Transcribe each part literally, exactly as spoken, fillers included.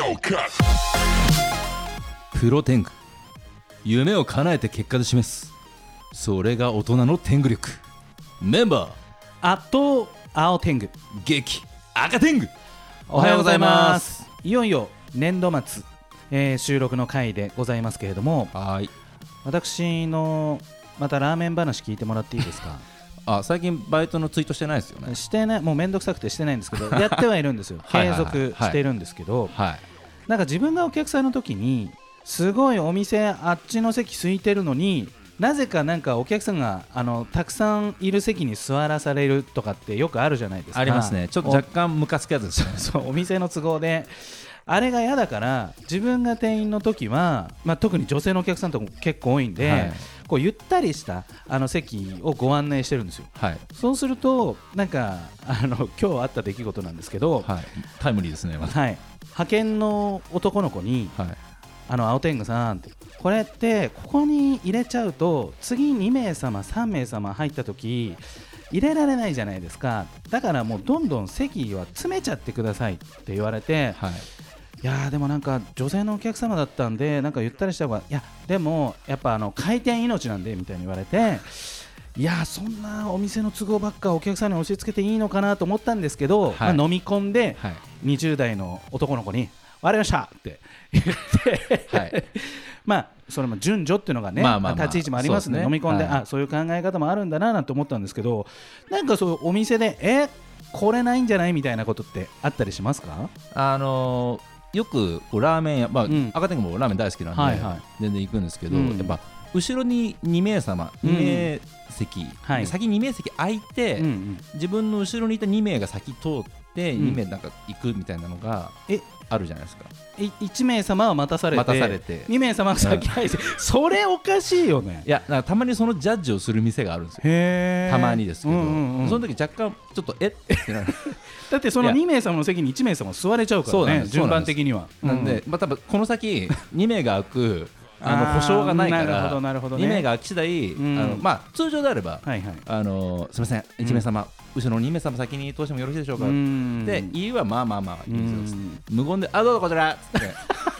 プロテング、夢を叶えて結果で示す、それが大人の天狗力。メンバーあと青天狗、 激赤天狗。 おはようございます。いよいよ年度末、えー、収録の回でございますけれども、 はい、 私のまたラーメン話聞いてもらっていいですか？ あ、最近バイトのツイートしてないですよね。 してない、もうめんどくさくてしてないんですけどやってはいるんですよ。継続してるんですけど、 はい、 なんか自分がお客さんの時にすごいお店あっちの席空いてるのに、なぜかなんかお客さんがあのたくさんいる席に座らされるとかってよくあるじゃないですか。 ありますね。ちょっと若干ムカつくやつですよね。 そうお店の都合であれが嫌だから、自分が店員の時は、まあ、特に女性のお客さんとかも結構多いんで、はい、こうゆったりしたあの席をご案内してるんですよ。はい、そうするとなんかあの今日あった出来事なんですけど、 はい、タイムリーですね、ま、 はい、派遣の男の子に、はい、あの青天狗さん、これってここに入れちゃうと次にめいさまさんめいさま入った時入れられないじゃないですか。だからもうどんどん席は詰めちゃってくださいって言われて、はい、いやでもなんか女性のお客様だったんでなんかゆったりした方が、いやでもやっぱあの回転命なんでみたいに言われて、いやそんなお店の都合ばっかお客さんに押し付けていいのかなと思ったんですけど、はい、まあ、飲み込んで、はい、にじゅう代の男の子にわかりましたって言って、はい、まあそれも順序っていうのがね、まあまあまあ、立ち位置もありますね。飲み込んで、はい、あそういう考え方もあるんだななんて思ったんですけど、なんかそういうお店でえこれないんじゃないみたいなことってあったりしますか？ あのー、よくラーメン屋、まあうん、赤天狗もラーメン大好きなんで、はいはい、全然行くんですけど、うん、やっぱ後ろににめいさまにめい席、うんはい、先にめい席空いて、うんうん、自分の後ろにいたにめいが先通ってにめいなんか行くみたいなのが、うん、えあるじゃないですか。 いちめいさまは待たされて、 待たされてにめいさまが先入って、うん、それおかしいよね。 いやなんかたまにそのジャッジをする店があるんですよ。 へたまにですけど、うんうんうん、その時若干ちょっとえってなるだってそのにめいさまの席にいちめいさま座れちゃうからね、順番的には。 なんで、まあ、多分この先にめいが空くあの保証がないから、ね、にめいが空き次第、うん、あのまあ、通常であれば、はいはい、あのすみませんいちめいさま、うん、後ろのにめいさま先に通してもよろしいでしょうかって言いはまあまあまあいいですよ。無言であどうぞこちらっつって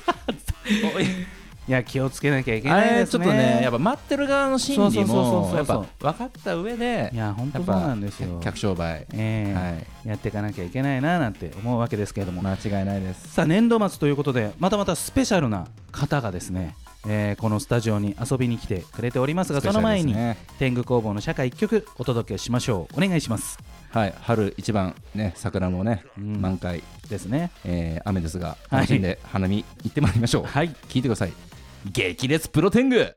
いや気をつけなきゃいけないですね。 ちょっとねやっぱ待ってる側の心理もやっぱ分かった上で、 いや本当そうなんですよ。 客商売、えーはい、やっていかなきゃいけないななんて思うわけですけれども、 間違いないです。 さあ年度末ということでまたまたスペシャルな方がですね、えー、このスタジオに遊びに来てくれておりますが、その前に天狗工房の社会いっきょくお届けしましょう。お願いします。 はい、春一番ね、桜もね、うん、満開ですね、えー、雨ですが楽しんで花見行ってまいりましょう。はい、聞いてください。激烈プロ天狗。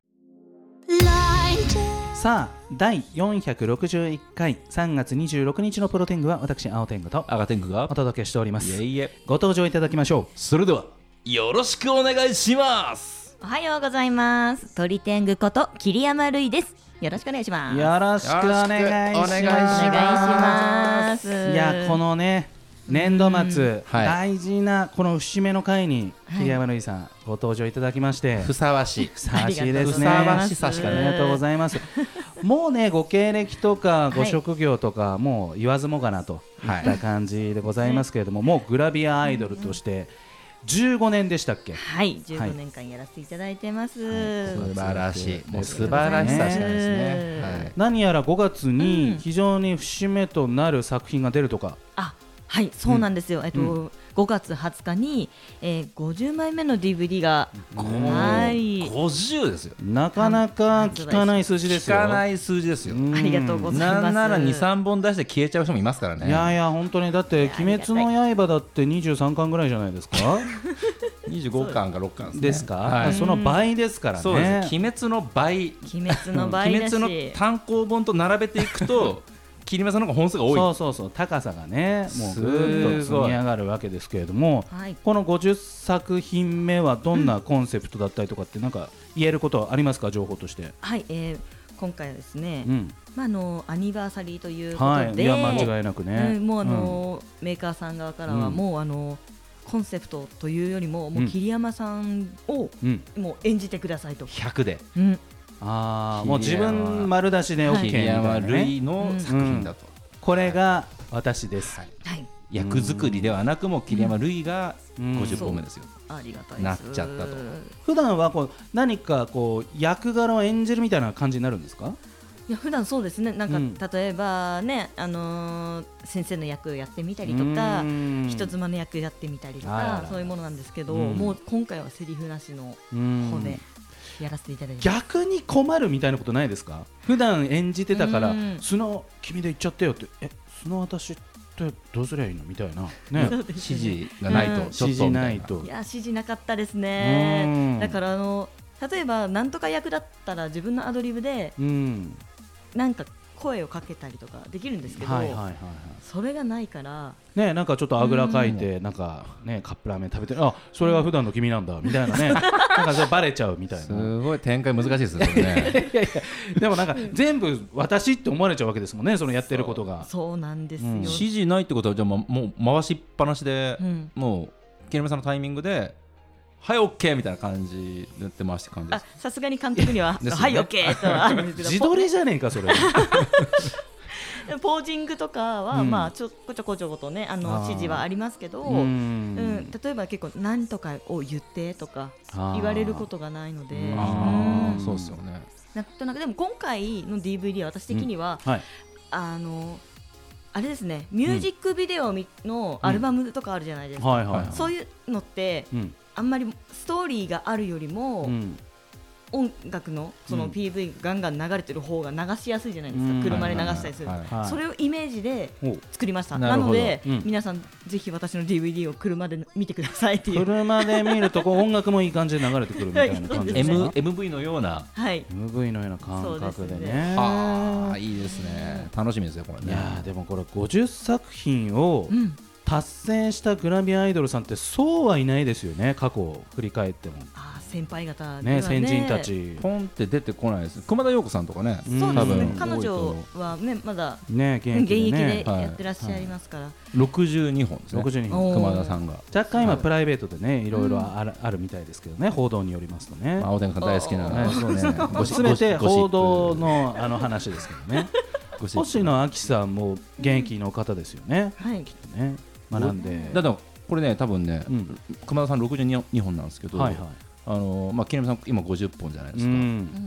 さあだいよんひゃくろくじゅういっかいさんがつにじゅうろくにちのプロ天狗は私青天狗と赤天狗がお届けしております。 いえいえ、 ご登場いただきましょう。 それではよろしくお願いします。 おはようございます。鳥天狗こと桐山るいです。よろしくお願いします。 よろしくお願いします。お願いします。いやこのね年度末、はい、大事なこの節目の回に桐山るいさん、はい、ご登場いただきましてふさわしいふさわしいですね。 ふさわしさしかありがとうございますもうねご経歴とかご職業とか、はい、もう言わずもがなといった感じでございますけれども、はい、もうグラビアアイドルとしてじゅうごねんでしたっけ？ はいじゅうごねんかんやらせていただいてます、はい、 素晴らしい、もう素晴らしさしかないですね、 はい、何やらごがつに非常に節目となる作品が出るとか、うん、 あはいそうなんですよ、うん、えっと、うん、ごがつはつかに、えー、ごじゅうまいめの ディーブイディー が、 はい、ごじゅうですよ。 なかなか聞かない数字ですよ。 聞かない数字ですよ。 ありがとうございます。 なんなら にさんぼん出して消えちゃう人もいますからね。 いやいや本当にだって鬼滅の刃だってにじゅうさんかんぐらいじゃないですかにじゅうごかんかろっかんですね。 ですか、 はい、 その倍ですからね。 そうです。鬼滅の倍、 鬼滅の倍だし鬼滅の単行本と並べていくと桐山さんの方が本数が多い。 そうそうそう、高さがねもうぐーっと積み上がるわけですけれども、はい、このごじゅっさくひんめはどんなコンセプトだったりとかってなんか言えることはありますか、情報として。 はい、えー、今回はですね、うん、まあ、あのアニバーサリーということで、 はい、いや間違いなくね、 うん、もうあの、うん、メーカーさん側からはもうあの、コンセプトというよりも、もう桐山さんを、うん、もう演じてくださいとひゃくで、 うん、 あもう自分丸出しで OK みたいなね、 桐山るいの作品だと、うん、 これが私です、 はいはい、役作りではなくも桐山るいがごじゅっぽんめですよ、 ありがたいです。 なっちゃったと。 普段はこう何かこう役柄を演じるみたいな感じになるんですか？ いや普段そうですね、なんか、うん、例えばね、あのー、先生の役をやってみたりとか人妻の役やってみたりとかそういうものなんですけど、うん、もう今回はセリフなしの方でやらせていただいて。 逆に困るみたいなことないですか？普段演じてたから素の君で言っちゃってよって、え素の私ってどうすりゃいいのみたいな、ね、 指示がないと、うん、 指示ないと。 いや指示なかったですね。だからあの例えばなんとか役だったら自分のアドリブで、うんなんか声をかけたりとかできるんですけど、はいはいはいはい、それがないからね、なんかちょっとあぐらかいて、うん、なんかねカップラーメン食べてる、あそれが普段の君なんだみたいなねなんかそれバレちゃうみたいな。 すごい展開難しいですよね。いやいやでもなんか全部私って思われちゃうわけですもんね、そのやってることが。 そう、そうなんですよ、うん、 指示ないってことはじゃあもう回しっぱなしで、うん、もう木南さんのタイミングではい OK みたいな感じでやって回して感じです。 さすがに監督には、ね、はい OK とはあるんですけど自撮りじゃねえかそれポージングとかは、うん、まあちょこちょこちょことねあの指示はありますけど、うん、例えば結構何とかを言ってとか言われることがないので、 ああそうですよね。 なんとなくでも今回の ディーブイディー は私的には、うんはい、あのあれですね、ミュージックビデオのアルバムとかあるじゃないですか、うんはいはいはい、そういうのって、うんあんまりストーリーがあるよりも、うん、音楽のその ピーブイ がガンガン流れてる方が流しやすいじゃないですか、うん、車で流したりする、はいはいはい、それをイメージで作りました。なので、うん、皆さんぜひ私の ディーブイディー を車で見てくださいっていう。 車で見るとこう音楽もいい感じで流れてくるみたいな感じですか、 ね、エムブイ のような、 はい、 エムブイ のような感覚で ね, でねあいいですね、楽しみですよこれね。 いやでもこれごじゅっさく品を、うん達成したグラビアアイドルさんってそうはいないですよね、過去を振り返っても。 あ先輩方ね、ね先人たちポンって出てこないです。熊田曜子さんとかね、 そうですね、彼女は、ね、まだ、ね、現役で、ね、やってらっしゃいますから、はい、 ろくじゅうにほんですね、ろくじゅうにほん熊田さんが若干今プライベートでねいろいろある、うん、あるみたいですけどね、報道によりますとね、 青天さん大好きな、ね、そうねすべて報道のあの話ですけどね星野亜紀さんも現役の方ですよね、はい、きっとね学んで。 だからこれね多分ね、うん、熊田さんろくじゅうにほんなんですけど、はいはい、あのまあ木南さん今ごじゅっぽんじゃないですか、うん、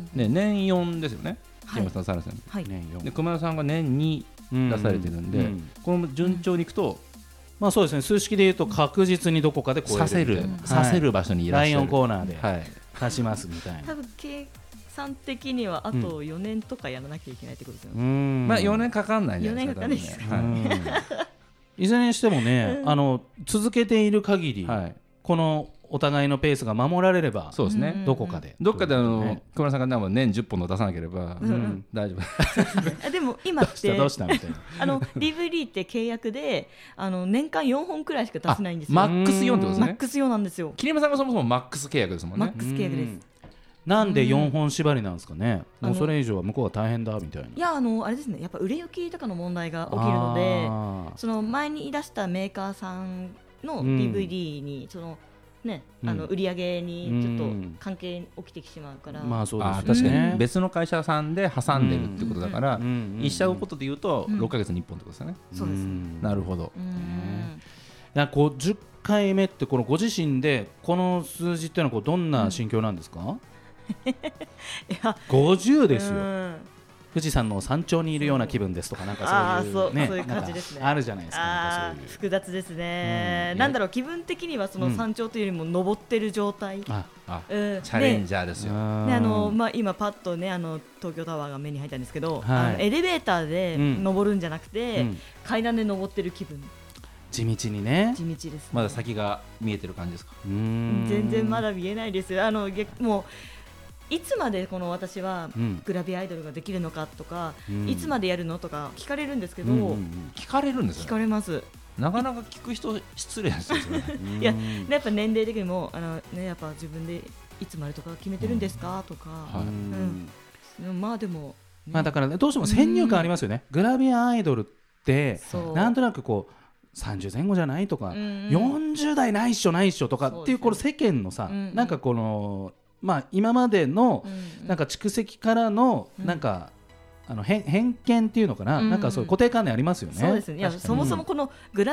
ね、年よんですよね、木南さんさらせん、はい、で熊田さんが年に出されてるんで、うんうん、この順調にいくと、 まあそうですね、数式でいうと確実にどこかで超えるさせる、うん、させる場所にいらっしゃる、 ライオンコーナーで足しますみたいな、 多分計算的にはあとよねんとかやらなきゃいけないってことですよね、うん、まあよねんかかんないんじゃないですか、よねんかかんないです、 はいいずれにしてもね、うん、あの続けている限り、はい、このお互いのペースが守られれば、 そうですね、 どこかでどっかであの、ね、熊田さんが年じゅっぽんの出さなければ、うんうん、大丈夫でも今ってどうしたどうしたみたいなあの ディーブイディー って契約であの年間よんほんくらいしか出せないんですよ。 マックスよんってことですね。 マックスよんなんですよ。 桐山さんがそもそもマックス契約ですもんね。 マックス契約です。 なんでよんほん縛りなんですかね、うん、もうそれ以上は向こうは大変だみたいな。 いやあのあれですね、やっぱ売れ行きとかの問題が起きるので、その前に出したメーカーさんの ディーブイディー にその、ね、うん、あの売り上げにちょっと関係起きてしまうから、うん、 まあそうですね、 あ確かに別の会社さんで挟んでるってことだから、うん、一社のことで言うとろっかげつにいっぽんってことですよね、 うん、そうです、 なるほど。 いやごじゅっかいめってこのご自身でこの数字っていうのはこうどんな心境なんですか？うんいやごじゅうですよ、富士山の山頂にいるような気分ですとか、なんかそういう、ね、 そういう感じですね、 あるじゃないですか。 あそういう複雑ですね、うん、なんだろう、気分的にはその山頂というよりも登ってる状態、うん、 ああ、うん、チャレンジャーですよ、 ねね、あのまあ、今パッと、ね、あの東京タワーが目に入ったんですけど、はい、あのエレベーターで登るんじゃなくて、うん、階段で登ってる気分、 地道にね、 地道です、ね、 まだ先が見えてる感じですか？ うーん全然まだ見えないですよ。あのもういつまでこの私はグラビアアイドルができるのかとか、うん、いつまでやるのとか聞かれるんですけど、うんうんうん、 聞かれるんですよ、 聞かれます。 なかなか聞く人失礼ですよねいややっぱ年齢的にもあの、ね、やっぱ自分でいつまでとか決めてるんですか、うん、とか、はいうん、まあでも、 ね、まあだからね、どうしても先入観ありますよね、うん、グラビアアイドルってなんとなくこうさんじゅうぜん後じゃないとか、うん、よんじゅう代ないっしょないっしょとかっていう、この世間のさ、うん、なんかこのまあ、今までのなんか蓄積からのなんかあの偏見っていうのかな、なんかそういう固定観念ありますよね。 そうですね。いやそもそもこのグラビア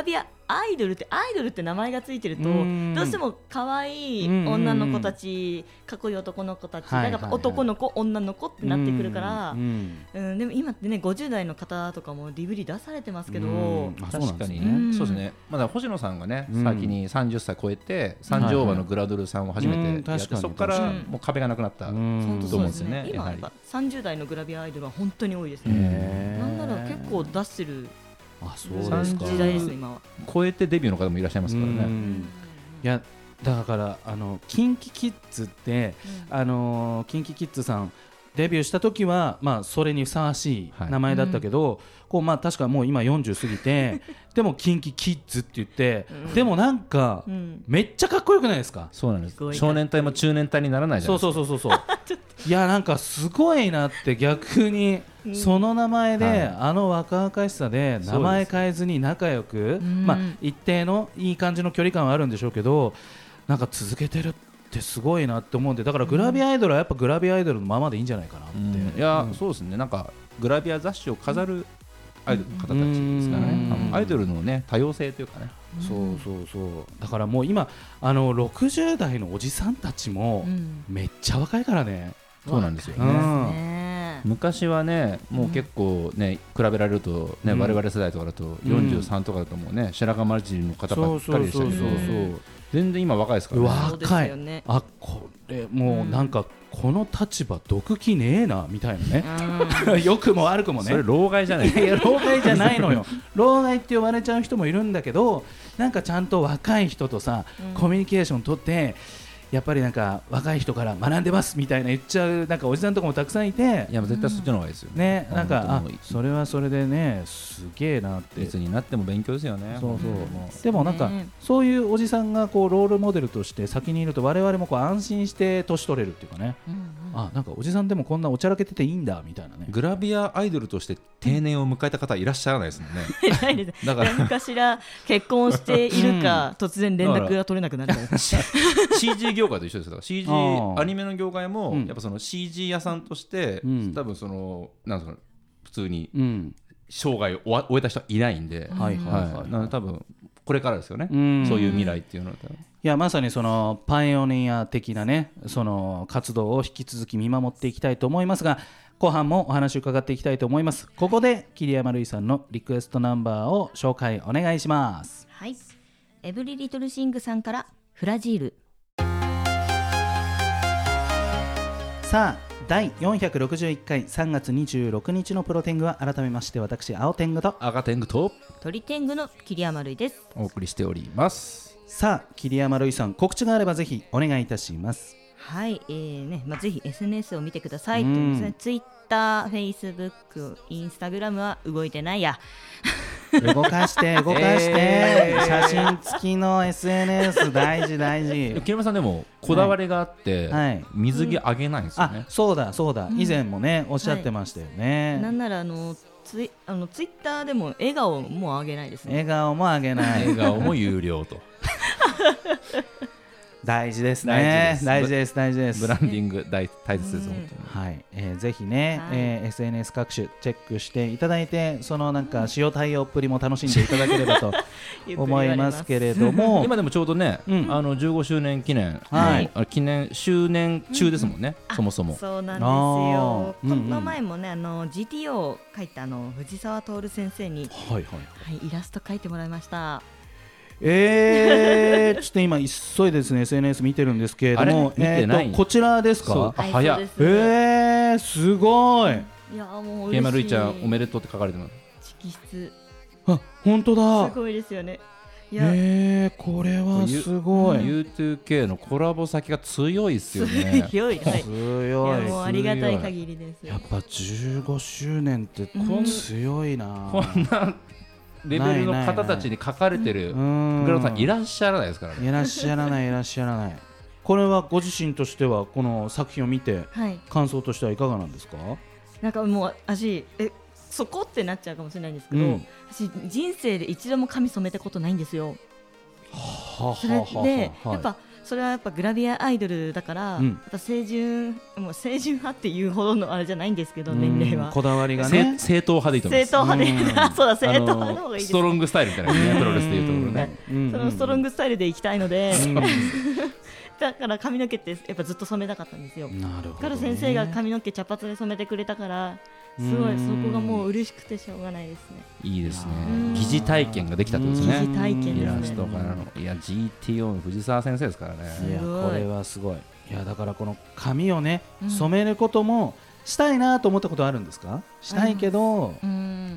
アイドルってアイドルって名前がついてるとどうしても可愛い女の子たち、かっこいい男の子たち、はいはいはい、なんか男の子女の子ってなってくるから、うんうん、でも今ってねごじゅう代の方とかも ディーブイディー 出されてますけど、 確かにね、そうですね。まだ星野さんがね、うん、先にさんじゅっさい超えて三条馬のグラドルさんを初めてやって、そこからもう壁がなくなったと思うんですよね。 今やっぱさんじゅう代のグラビアアイドルは本当に多いですね。なんなら結構出してるあそうですか、 時代です今は。 超えてデビューの方もいらっしゃいますからね。 いやだからあのキンキキッズって、うん、あのキンキキッズさんデビューした時は、まあ、それにふさわしい名前だったけど、はい、こうまあ、確かもう今よんじゅう過ぎてでもキンキキッズって言って、うん、でもなんか、うん、めっちゃかっこよくないですか。 そうなんです。少年隊も中年隊にならないじゃないですか。 そうそうそうそういやなんかすごいなって逆に、うん、その名前で、はい、あの若々しさで名前変えずに仲良く、まあ、一定のいい感じの距離感はあるんでしょうけど、なんか続けてるってすごいなって思うんで、だからグラビアアイドルはやっぱグラビアアイドルのままでいいんじゃないかなって、うん、 いや、うん、そうですね。なんかグラビア雑誌を飾るアイドルの方たちですからね、アイドルのね多様性というかね、 そうそうそう、だからもう今あのろくじゅう代のおじさんたちもめっちゃ若いからね、 うん、そうなんですよね、うん、昔はねもう結構ね比べられるとね、うん、我々世代とかだとよんじゅうさんとかだともうね白髪マルチの方ばっかりでしたけど、全然今若いですからね。 若い、ね、あこれもうなんかこの立場毒気ねえなみたいなね、良くも悪くもね。 それ老害じゃない。 いや老害じゃないのよ老害って呼ばれちゃう人もいるんだけど、なんかちゃんと若い人とさ、うん、コミュニケーション取ってやっぱりなんか若い人から学んでますみたいな言っちゃうなんかおじさんとかもたくさんいて、 いや絶対そっちの方がいいですよね。なんかあそれはそれでねすげえなって。 いつになっても勉強ですよね。 そうそう、もうでもなんかそういうおじさんがこうロールモデルとして先にいると我々もこう安心して年取れるっていうかね、うんうん、あなんかおじさんでもこんなおちゃらけてていいんだみたいなね。 グラビアアイドルとして定年を迎えた方いらっしゃらないですもんね。 ないです。だから何かしら結婚しているか、うん、突然連絡が取れなくなっちゃうシージー 業界と一緒です。だから シージー アニメの業界も、うん、やっぱその シージー 屋さんとして、うん、多分そのなんですか普通に生涯を終えた人はいないんで、はいはいはい、なので多分これからですよね、うん、そういう未来っていうのは。 いやまさにそのパイオニア的なねその活動を引き続き見守っていきたいと思いますが、後半もお話を伺っていきたいと思います。ここで桐山るいさんのリクエストナンバーを紹介お願いします。 はい、エブリリトルシングさんからフラジール。 さあだいよんひゃくろくじゅういっかいさんがつにじゅうろくにちのプロテングは改めまして私青天狗と赤天狗と鳥天狗の桐山るいです。 お送りしております。 さあ桐山るいさん、告知があればぜひお願いいたします。 はい、えーねまあ、ぜひ エスエヌエス を見てくださいというですね、ツイッター、フェイスブック、インスタグラムは動いてないや動かして動かして、えー、写真付きの エスエヌエス 大事大事。 桐山さんでもこだわりがあって、はい、水着あげないんですよね、うん、 あそうだそうだ、以前もね、うん、おっしゃってましたよね、 はい、なんならあのツイ、あのツイッターでも笑顔もあげないですね。 笑顔もあげない笑顔も有料と大事ですね。大事です大事です。 ブランディング 大, 大切です、うん、本当に。はい、えー、ぜひね、はい、えー、エスエヌエス 各種チェックしていただいて、そのなんか塩対応っぷりも楽しんでいただければと思いますけれども今でもちょうどね、うん、あのじゅうごしゅうねん記念、はい、記念周年中ですもんね、うん、そもそも。 そうなんですよ。この前もね、あの ジーティーオー を書いたあの藤沢徹先生に、はいはいはい、イラスト描いてもらいました。 えー、ちょっと今急いでですね エスエヌエス 見てるんですけれども、 見てない、 えー、こちらですか。 あ、早っ。 えー、すごい。 いやもう嬉しい。 桐山るいちゃんおめでとうって書かれてます。 直筆。 あ、本当だ。 すごいですよね。 いやえー、これはすごい。 ユーツーケー のコラボ先が強いですよね。 強い、はい、 強い。 いやもうありがたい限りです。 やっぱじゅうごしゅうねんってこん強いな。 こんなレベルの方たちに書かれてるグラドさんいらっしゃらないですからね。 いらっしゃらないいらっしゃらない。これはご自身としてはこの作品を見て感想としてはいかがなんですか。 なんかもう私えそこってなっちゃうかもしれないんですけど、うん、私人生で一度も髪染めたことないんですよ。 はそれでやっぱそれはやっぱグラビアアイドルだから、うん、やっぱ清純もう清純派っていうほどのあれじゃないんですけど、年齢はこだわりがね正統派でいいと思います。 正統派でそうだ正統派の方がいいです、 ストロングスタイルみたいなねプロレスでいうところね、 うん、そのストロングスタイルでいきたいので、うん、だから髪の毛ってやっぱずっと染めたかったんですよ。 なるほど、ね、 だから先生が髪の毛茶髪で染めてくれたからすごいそこがもう嬉しくてしょうがないですね。 いいですね。疑似体験ができたってことですね。 疑似体験ですね。 イラストからのいや ジーティーオー の藤沢先生ですからね。 いやこれはすごい。いやだからこの髪をね染めることもしたいなと思ったことあるんですか？したいけど、うん、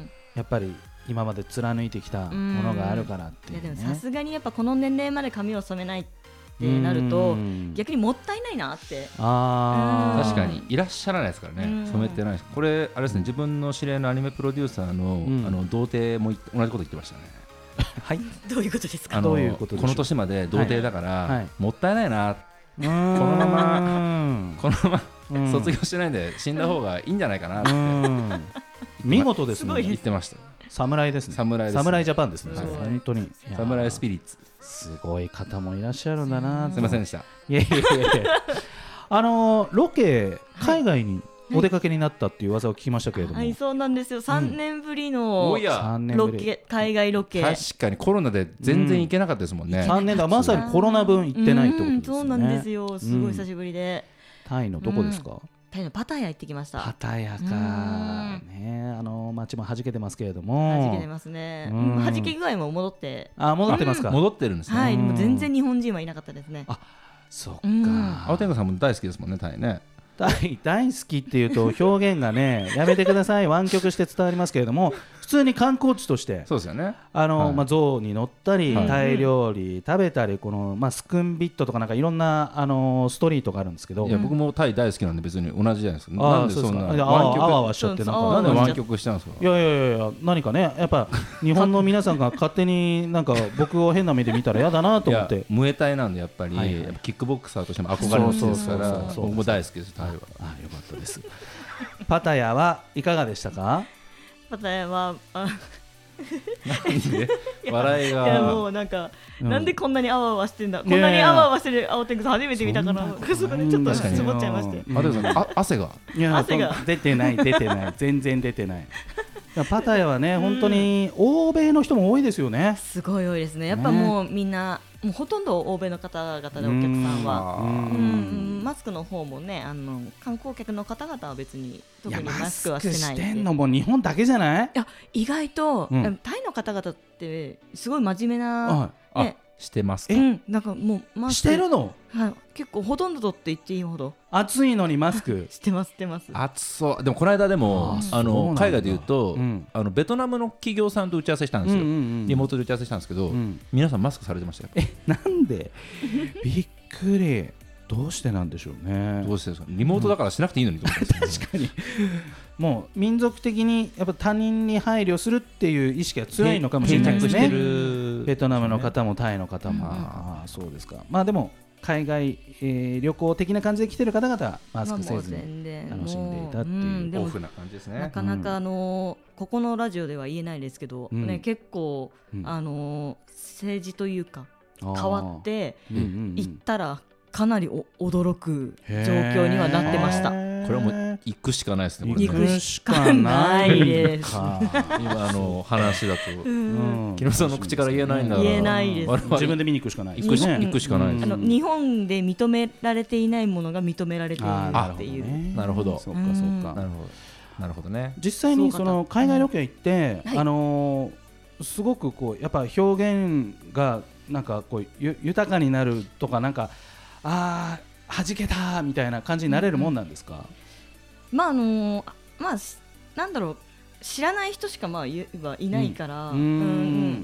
やっぱり今まで貫いてきたものがあるからっていう、ね、 いやでもさすがにやっぱこの年齢まで髪を染めないってなると逆にもったいないなって。 あ確かにいらっしゃらないですからね、染めてないです。これあれですね、自分の知り合いのアニメプロデューサー の,、うん、あの童貞も同じこと言ってましたね。 はい、どういうことですか？ あのどういうことでしょう。この年まで童貞だから、はいはい、もったいないな、このままこのまま卒業してないんで死んだ方がいいんじゃないかなって見事ですね。 言ってました。 侍ですね。 侍ですね。 侍ジャパンですね。本当に侍スピリッツ。 すごい方もいらっしゃるんだな。 すみませんでした。 いやいやいやあのロケ海外にお出かけになったっていう噂を聞きましたけれども。 はい、そうなんですよ。さんねんぶりのロケ、海外ロケ。 確かにコロナで全然行けなかったですもんね。 さんねんだまさにコロナ分行ってないってことですよね。 そうなんですよ。すごい久しぶりで。 タイのどこですか？ タイのパタヤ行ってきました。 パタヤか、ね、あの街も弾けてますけれども。 弾けてますね。弾け具合も戻って。 あ、戻ってますか。 戻ってるんですね。 はい、もう全然日本人はいなかったですね。 あ、そっか。 青天狗さんも大好きですもんね、タイね。 大, 大好きっていうと表現がねやめてください。湾曲して伝わりますけれども、普通に観光地としてそうですよね。 あの、 はい、 まあ、象に乗ったり、はい、タイ料理食べたり、この、まあ、スクンビットとかなんかいろんなあのストリートがあるんですけど、 いや僕もタイ大好きなんで別に同じじゃないですか。 あなんでそんな湾曲あわわしちゃってなんかなんで湾曲しちゃうんですか。 いやいやいや何かねやっぱ日本の皆さんが勝手になんか僕を変な目で見たら嫌だなと思って。 ムエタイなんでやっぱり、はい、やっぱキックボクサーとしても憧れの人ですから僕も大好きです。タイは。 ああよかったです。パタヤはいかがでしたか？ パタヤはあなんで笑いがいやもうなんか、うん、なんでこんなにあわあわしてんだ、こんなにあわあわしてる青天狗さん初めて見たからそこでちょっとつぼっちゃいまして、 あでもあ汗がいや汗が出てない出てない全然出てない。パタヤはね、うん、本当に欧米の人も多いですよね。 すごい多いですね。やっぱもうみんなもうほとんど欧米の方々でお客さんはうんうんマスクの方もね、あの観光客の方々は別に特にマスクはしてない。 マスクしてんのも日本だけじゃない？ いや意外と、うん、タイの方々ってすごい真面目な、ね、 してますか？ うん、なんかもうマスクしてるの？ はい、結構ほとんどとって言っていいほど暑いのにマスクしてますしてます。 暑そう。でもこの間でもああの海外で言うと、うん、あのベトナムの企業さんと打ち合わせしたんですよ、うんうんうん、リモートで打ち合わせしたんですけど、うん、皆さんマスクされてましたよ。 えなんでびっくり。どうしてなんでしょうね。 どうしてですか。リモートだからしなくていいのにと思って、 うん、確かにもう民族的にやっぱ他人に配慮するっていう意識が強いのかもしれないですね。ベトナムの方もタイの方も、うん、あそうですか。まあでも海外、えー、旅行的な感じで来てる方々はマスクせずに楽しんでいたっていう、うん、 オフな感じですね。 なかなかあのー、ここのラジオでは言えないですけど、うんね、結構、うん、あのー、政治というか変わって行ったらかなりお驚く状況にはなってました。これはもう行くしかないですね。 行くしかないです。 今の話だと、木下さんの口から言えないんだから言えないです。 自分で見に行くしかない。 行くし、行くしかないです。 あの日本で認められていないものが認められているっていう。 なるほど。 そうかそうか。 なるほど。なるほどね。 実際にその海外ロケ行って、あのすごくこうやっぱ表現がなんかこう豊かになるとかなんか。あー弾けたみたいな感じになれるもんなんですか？ うん、まああのー、まあなんだろう知らない人しかまあ言えばいないから、うんうんうん、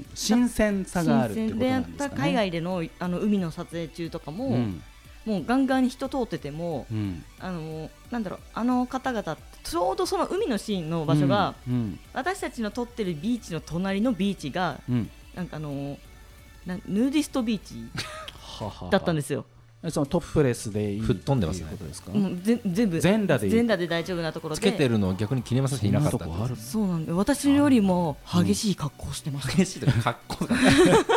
新鮮さがあるってことなんですかね。 海外でのあの海の撮影中とかも、うん、もうガンガン人通ってても、うん、あのー、なんだろうあの方々ちょうどその海のシーンの場所が、うんうん、私たちの撮ってるビーチの隣のビーチが、うん、なんかあのー、なヌーディストビーチだったんですよ。 そのトップレスでいい吹っ飛んでますね。 ことですか？ もうぜ全部全裸でいい。 全裸で大丈夫なところでつけてるのを逆に気にまさせていなかった。 そうなんで私よりも激しい格好してました。 激しい格好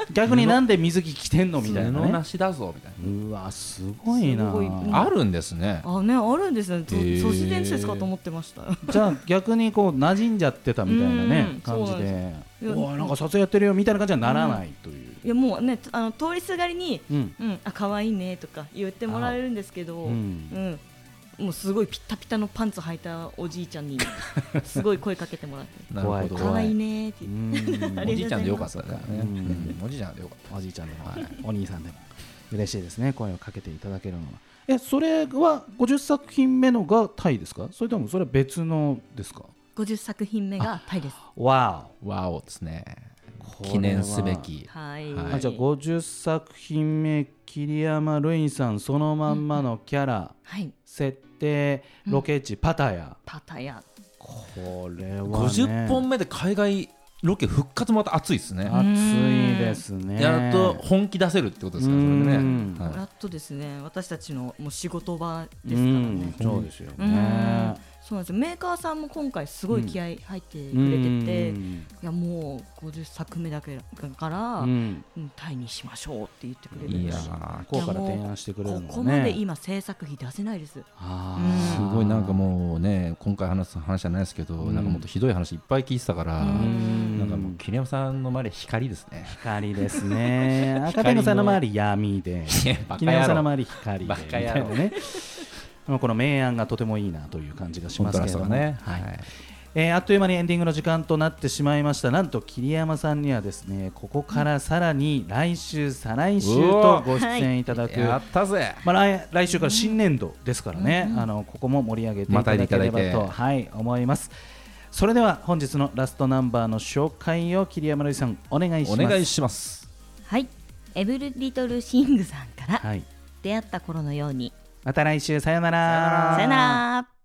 逆になんで水着着てんのみたいなね。 布なしだぞみたいな。うわすごいな。 ごいあるんですね。 あねあるんですね。都市伝説かと思ってました。 じゃあ逆にこう馴染んじゃってたみたいなね感じで、おなんか撮影やってるよみたいな感じにはならないという。 いやもうねあの通りすがりに、うんうん、あ可愛いねとか言ってもらえるんですけど、うん、うん、もうすごいピッタピタのパンツ履いたおじいちゃんにすごい声かけてもらってなるほど可愛いねって言って、 おじいちゃんでよかったね。おじいちゃんでよかった。 おじいちゃんでも、はい、お兄さんでも嬉しいですね。声をかけていただけるのは。えそれはごじゅっさく品目のがタイですか？それともそれは別のですか？ ごじゅっさく品目がタイです。 わおわおですね。記念すべき。 はい。 あじゃあごじゅっさく品目桐山るいさんそのまんまのキャラ、 うん、はい、 設定ロケ地、うん、パタヤ。 パタヤ。 これはね。 ごじゅっぽんめで海外ロケ復活もまた熱いですね。 熱いですね。 やっと本気出せるってことですからそれでね。 はい、やっとですね。私たちのもう仕事場ですからね。 そうですよね。 そうなんですよ。メーカーさんも今回すごい気合い入ってくれてて、うん、いやもうごじゅっさくめだけから、うん、タイにしましょうって言ってくれるんです。 いやここから提案してくれるのね。 ここまで今制作費出せないです。 あすごいなんかもうね今回話す話じゃないですけど、うん、なんかもっとひどい話いっぱい聞いてたから、うん、なんかもう桐山さんの周り光ですね。 光ですね。赤ペンさんの周り闇で、桐山さんの周り光でみたいなね。この明暗がとてもいいなという感じがしますけれども、ねはいえー、あっという間にエンディングの時間となってしまいました。なんと桐山さんにはですねここからさらに来週再来週とご出演いただく、 やったぜ、 まあ、来, 来週から新年度ですからね、うん、あのここも盛り上げていただければと、はい、思います。それでは本日のラストナンバーの紹介を桐山るいさんお願いします。 お願いします。 はい、エブルリトルシングさんから、はい、出会った頃のように。 また来週さよなら。 さよなら。